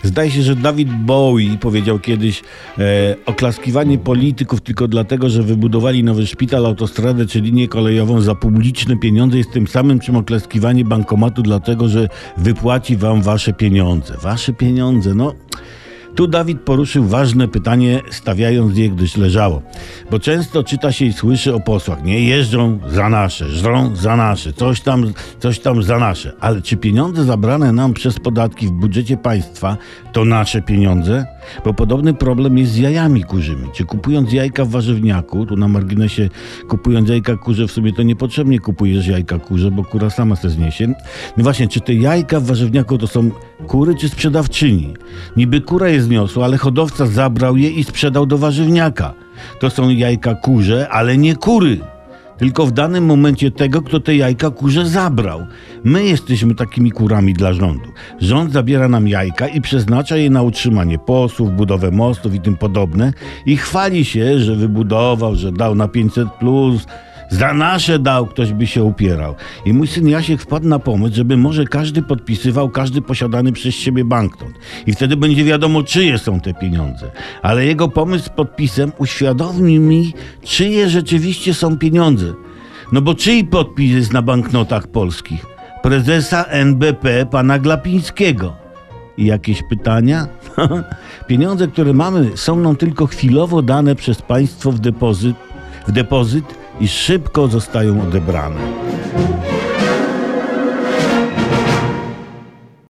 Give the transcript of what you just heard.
Zdaje się, że David Bowie powiedział kiedyś oklaskiwanie polityków tylko dlatego, że wybudowali nowy szpital, autostradę czy linię kolejową za publiczne pieniądze jest tym samym, czym oklaskiwanie bankomatu dlatego, że wypłaci wam wasze pieniądze. Wasze pieniądze, no... Tu Dawid poruszył ważne pytanie, stawiając je, gdyż leżało. Bo często czyta się i słyszy o posłach, nie? Jeżdżą za nasze, żrą za nasze, coś tam za nasze. Ale czy pieniądze zabrane nam przez podatki w budżecie państwa to nasze pieniądze? Bo podobny problem jest z jajami kurzymi. Czy kupując jajka w warzywniaku, tu na marginesie, kupując jajka kurze, w sobie to niepotrzebnie kupujesz jajka kurze, bo kura sama se zniesie. No właśnie, czy te jajka w warzywniaku to są kury czy sprzedawczyni? Niby kura je zniosła, ale hodowca zabrał je i sprzedał do warzywniaka. To są jajka kurze, ale nie kury. Tylko w danym momencie tego, kto te jajka kurze zabrał. My jesteśmy takimi kurami dla rządu. Rząd zabiera nam jajka i przeznacza je na utrzymanie posłów, budowę mostów i tym podobne i chwali się, że wybudował, że dał na 500+, za nasze dał, ktoś by się upierał. I mój syn Jasiek wpadł na pomysł, żeby może każdy podpisywał każdy posiadany przez siebie banknot. I wtedy będzie wiadomo, czyje są te pieniądze. Ale jego pomysł z podpisem uświadomi mi, czyje rzeczywiście są pieniądze. No bo czyj podpis jest na banknotach polskich? Prezesa NBP pana Glapińskiego. I jakieś pytania? Pieniądze, które mamy, są nam tylko chwilowo dane przez państwo w depozyt i szybko zostają odebrane.